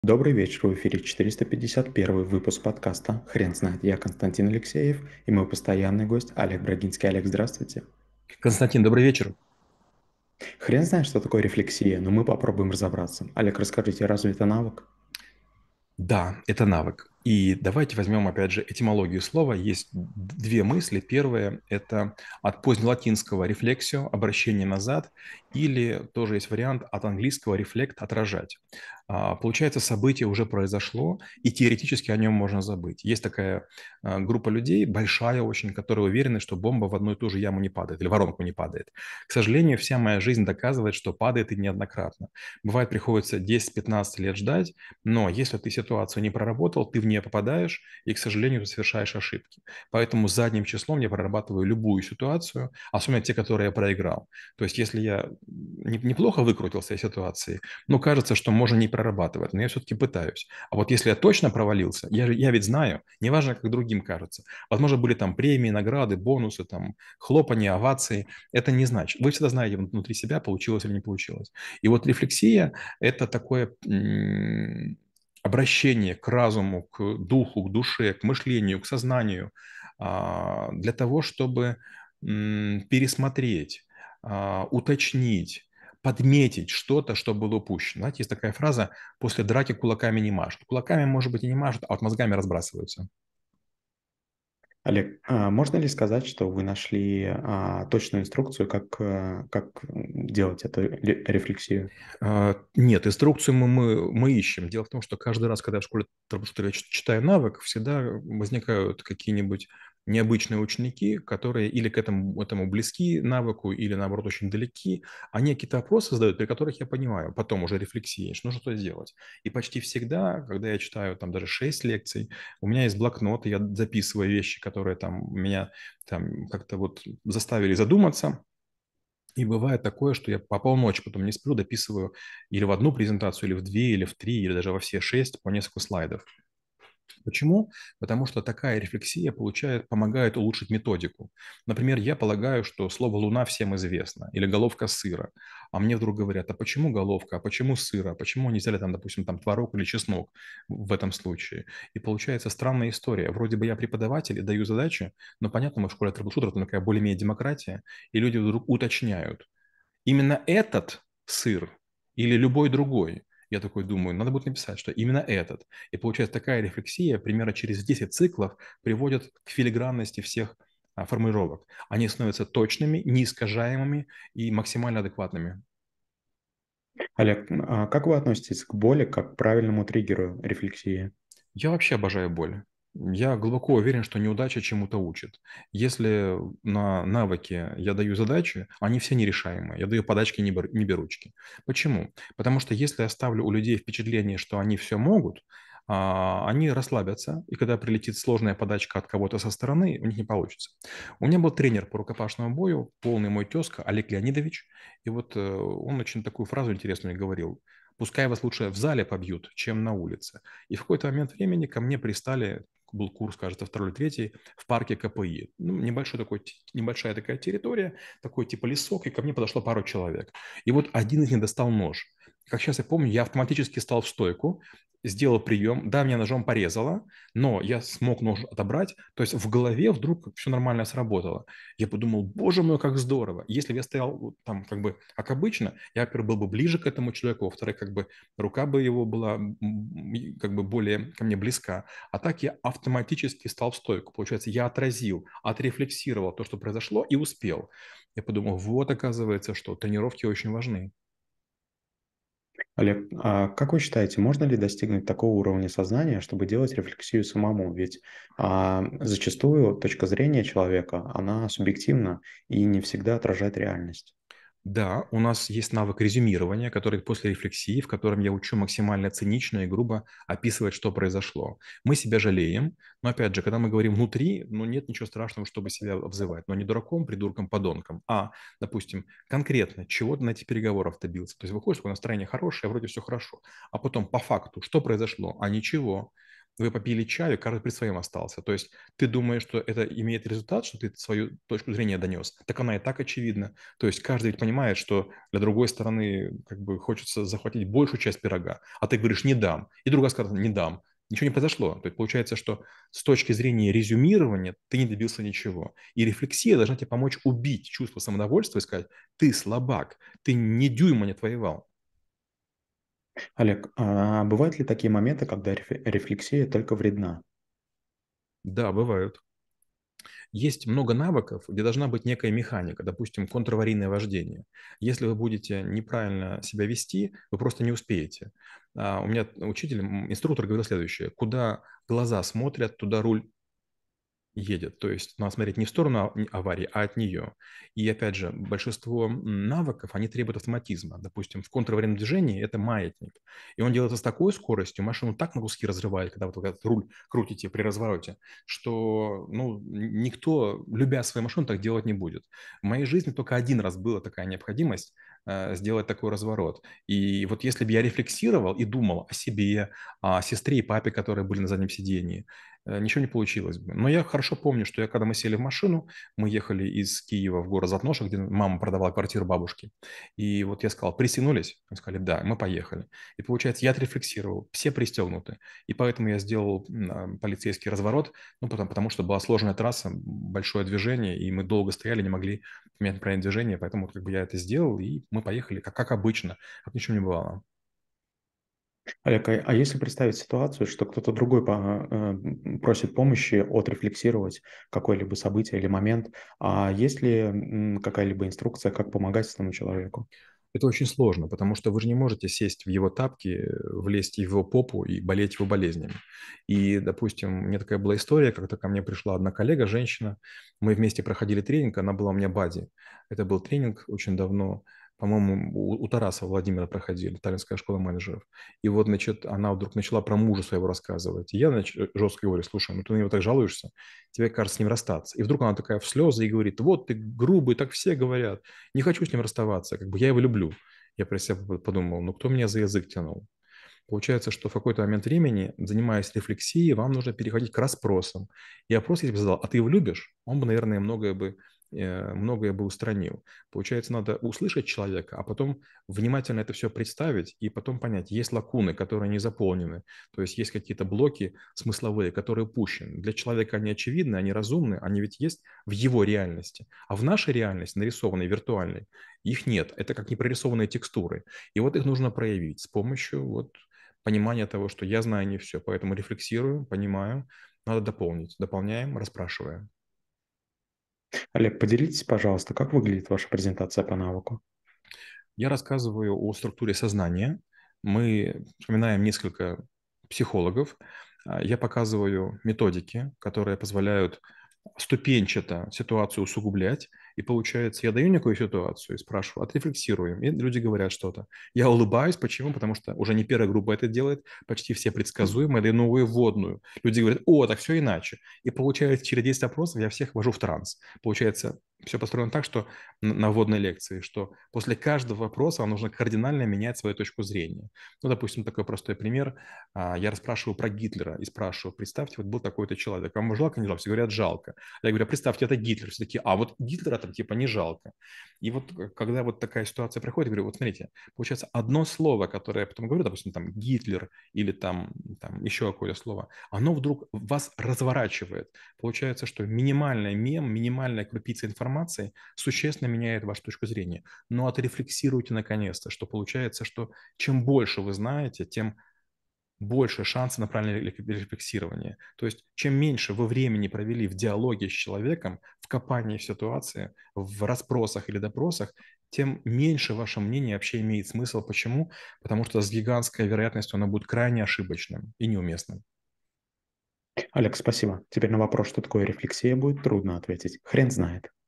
Добрый вечер, в эфире 451 выпуск подкаста «Хрен знает». Я Константин Алексеев и мой постоянный гость Олег Брагинский. Олег, здравствуйте. Константин, добрый вечер. Хрен знает, что такое рефлексия, но мы попробуем разобраться. Олег, расскажите, разве это навык? Да, это навык. И давайте возьмем, опять же, этимологию слова. Есть две мысли. Первое– это от позднелатинского «рефлексио», обращение назад, или тоже есть вариант от английского «рефлект», отражать. Получается, событие уже произошло, и теоретически о нем можно забыть. Есть такая группа людей, большая очень, которые уверены, что бомба в одну и ту же яму не падает, или воронку не падает. К сожалению, вся моя жизнь доказывает, что падает и неоднократно. Бывает, приходится 10-15 лет ждать, но если ты ситуацию не проработал, ты в нее попадаешь и, к сожалению, совершаешь ошибки. Поэтому задним числом я прорабатываю любую ситуацию, особенно те, которые я проиграл. То есть если я неплохо выкрутился из ситуации, но кажется, что можно не прорабатывать, но я все-таки пытаюсь. А вот если я точно провалился, я ведь знаю, неважно, как другим кажется. Возможно, были там премии, награды, бонусы, там, хлопанье, овации. Это не значит. Вы всегда знаете внутри себя, получилось или не получилось. И вот рефлексия– это такое обращение к разуму, к духу, к душе, к мышлению, к сознанию, для того, чтобы пересмотреть, уточнить, подметить что-то, что было упущено. Знаете, есть такая фраза: после драки кулаками не машут. Кулаками, может быть, и не машут, а вот мозгами разбрасываются. Олег, можно ли сказать, что вы нашли точную инструкцию, как делать эту рефлексию? Нет, инструкцию мы ищем. Дело в том, что каждый раз, когда я в школе трэблшутера я читаю навык, всегда возникают какие-нибудь необычные ученики, которые или к этому близки навыку, или наоборот очень далеки. Они какие-то вопросы задают, при которых я понимаю, потом уже рефлексией, что нужно что сделать. И почти всегда, когда я читаю там даже 6 лекций, у меня есть блокнот, и я записываю вещи, которые там меня там как-то вот заставили задуматься. И бывает такое, что я по полночи потом не сплю, дописываю или в одну презентацию, или в две, или в три, или даже во все шесть по несколько слайдов. Почему? Потому что такая рефлексия помогает улучшить методику. Например, я полагаю, что слово «луна» всем известно, или «головка сыра». А мне вдруг говорят: а почему головка, а почему сыра, а почему не взяли там, допустим, там творог или чеснок в этом случае? И получается странная история. Вроде бы я преподаватель и даю задачи, но понятно, мы в школе трэблшутера, там такая более-менее демократия, и люди вдруг уточняют: именно этот сыр или любой другой? Я такой думаю, надо будет написать, что именно этот. И получается, такая рефлексия примерно через 10 циклов приводит к филигранности всех формулировок. Они становятся точными, неискажаемыми и максимально адекватными. Олег, как вы относитесь к боли как к правильному триггеру рефлексии? Я вообще обожаю боль. Я глубоко уверен, что неудача чему-то учит. Если на навыке я даю задачи, они все нерешаемые. Я даю подачки не беручки. Почему? Потому что если я ставлю у людей впечатление, что они все могут, они расслабятся, и когда прилетит сложная подачка от кого-то со стороны, у них не получится. У меня был тренер по рукопашному бою, полный мой тезка, Олег Леонидович, и вот он очень такую фразу интересную говорил: пускай вас лучше в зале побьют, чем на улице. И в какой-то момент времени ко мне пристали, был курс, кажется, второй или третий, в парке КПИ. Ну, небольшая такая территория, такой типа лесок, и ко мне подошло пару человек. И вот один из них достал нож. Как сейчас я помню, я автоматически стал в стойку, сделал прием, да, меня ножом порезало, но я смог нож отобрать, то есть в голове вдруг все нормально сработало. Я подумал: боже мой, как здорово. Если бы я стоял вот там как бы как обычно, я, во-первых, был бы ближе к этому человеку, во-вторых, как бы рука бы его была как бы более ко мне близка. А так я автоматически стал в стойку. Получается, я отразил, отрефлексировал то, что произошло, и успел. Я подумал: вот оказывается, что тренировки очень важны. Олег, как вы считаете, можно ли достигнуть такого уровня сознания, чтобы делать рефлексию самому? Ведь зачастую точка зрения человека, она субъективна и не всегда отражает реальность. Да, у нас есть навык резюмирования, который после рефлексии, в котором я учу максимально цинично и грубо описывать, что произошло. Мы себя жалеем, но опять же, когда мы говорим внутри, ну нет ничего страшного, чтобы себя обзывать, но не дураком, придурком, подонком, а, допустим, конкретно, чего ты на этих переговорах добился. То есть выходишь, такое настроение хорошее, вроде все хорошо, а потом по факту, что произошло? А ничего. вы попили чаю, каждый при своем остался. То есть ты думаешь, что это имеет результат, что ты свою точку зрения донес. Так она и так очевидна. То есть каждый ведь понимает, что для другой стороны как бы хочется захватить большую часть пирога, а ты говоришь «не дам», и другая скажет «не дам». Ничего не произошло. То есть получается, что с точки зрения резюмирования ты не добился ничего. И рефлексия должна тебе помочь убить чувство самодовольства и сказать «ты слабак, ты ни дюйма не отвоевал». Олег, а бывают ли такие моменты, когда рефлексия только вредна? Да, бывают. Есть много навыков, где должна быть некая механика, допустим, контраварийное вождение. Если вы будете неправильно себя вести, вы просто не успеете. У меня учитель, инструктор говорил следующее: куда глаза смотрят, туда руль едет. То есть надо смотреть не в сторону аварии, а от нее. И опять же, большинство навыков, они требуют автоматизма. Допустим, в контраварийном движении это маятник. И он делается с такой скоростью, машину так на куски разрывает, когда вы этот руль крутите при развороте, что ну, никто, любя свою машину, так делать не будет. В моей жизни только один раз была такая необходимость сделать такой разворот. И вот если бы я рефлексировал и думал о себе, о сестре и папе, которые были на заднем сидении, ничего не получилось бы. Но я хорошо помню, что когда мы сели в машину, мы ехали из Киева в город Затноша, где мама продавала квартиру бабушки. И вот я сказал, пристегнулись? Они сказали, да, мы поехали. И получается, я отрефлексировал, все пристегнуты. И поэтому я сделал полицейский разворот, ну, потому что была сложная трасса, большое движение, и мы долго стояли, не могли поменять направление движения, поэтому как бы я это сделал, и мы поехали, как обычно, как ничего не бывало. Олег, а если представить ситуацию, что кто-то другой просит помощи отрефлексировать какое-либо событие или момент, а есть ли какая-либо инструкция, как помогать этому человеку? Это очень сложно, потому что вы же не можете сесть в его тапки, влезть в его попу и болеть его болезнями. И, допустим, у меня такая была история, когда ко мне пришла одна коллега, женщина, мы вместе проходили тренинг, она была у меня бади. Это был тренинг очень давно, по-моему, у Тараса Владимира проходили, Таллинская школа менеджеров. И вот, значит, она вдруг начала про мужа своего рассказывать. И я, значит, жестко говорю, слушай, ну ты на него так жалуешься, тебе кажется с ним расстаться. И вдруг она такая в слезы и говорит, вот ты грубый, так все говорят, не хочу с ним расставаться, как бы я его люблю. Я про себя подумал, ну кто меня за язык тянул? Получается, что в какой-то момент времени, занимаясь рефлексией, вам нужно переходить к расспросам. И опрос, если бы задал, а ты его любишь, он бы, наверное, многое бы устранил. Получается, надо услышать человека, а потом внимательно это все представить и потом понять, есть лакуны, которые не заполнены, то есть есть какие-то блоки смысловые, которые упущены. Для человека они очевидны, они разумны, они ведь есть в его реальности. А в нашей реальности, нарисованной, виртуальной, их нет. Это как непрорисованные текстуры. И вот их нужно проявить с помощью вот понимания того, что я знаю не все, поэтому рефлексирую, понимаю, надо дополнить. Дополняем, расспрашиваем. Олег, поделитесь, пожалуйста, как выглядит ваша презентация по навыку? Я рассказываю о структуре сознания. Мы вспоминаем несколько психологов. Я показываю методики, которые позволяют ступенчато ситуацию усугублять. И получается, я даю некую ситуацию и спрашиваю, отрефлексируем. И люди говорят что-то. Я улыбаюсь. Почему? Потому что уже не первая группа это делает. Почти все предсказуемо. Я даю новую вводную. Люди говорят, о, так все иначе. И получается, через 10 опросов я всех ввожу в транс. Получается, все построено так, что на вводной лекции, что после каждого вопроса вам нужно кардинально менять свою точку зрения. Ну, допустим, такой простой пример. Я расспрашиваю про Гитлера и спрашиваю, представьте, вот был такой-то человек, вам жалко, не жалко? Все говорят, жалко. Я говорю, представьте, это Гитлер. Все такие, а вот Гитлера там типа не жалко. И вот когда вот такая ситуация проходит, я говорю, вот смотрите, получается одно слово, которое я потом говорю, допустим, там Гитлер или там еще какое-то слово, оно вдруг вас разворачивает. Получается, что минимальный мем, минимальная крупица информации существенно меняет вашу точку зрения. Но отрефлексируйте наконец-то, что получается, что чем больше вы знаете, тем больше шансов на правильное рефлексирование. То есть, чем меньше вы времени провели в диалоге с человеком, в копании в ситуации, в расспросах или допросах, тем меньше ваше мнение вообще имеет смысл. Почему? Потому что с гигантской вероятностью оно будет крайне ошибочным и неуместным. Олег, спасибо. Теперь на вопрос, что такое рефлексия, будет трудно ответить. Хрен знает.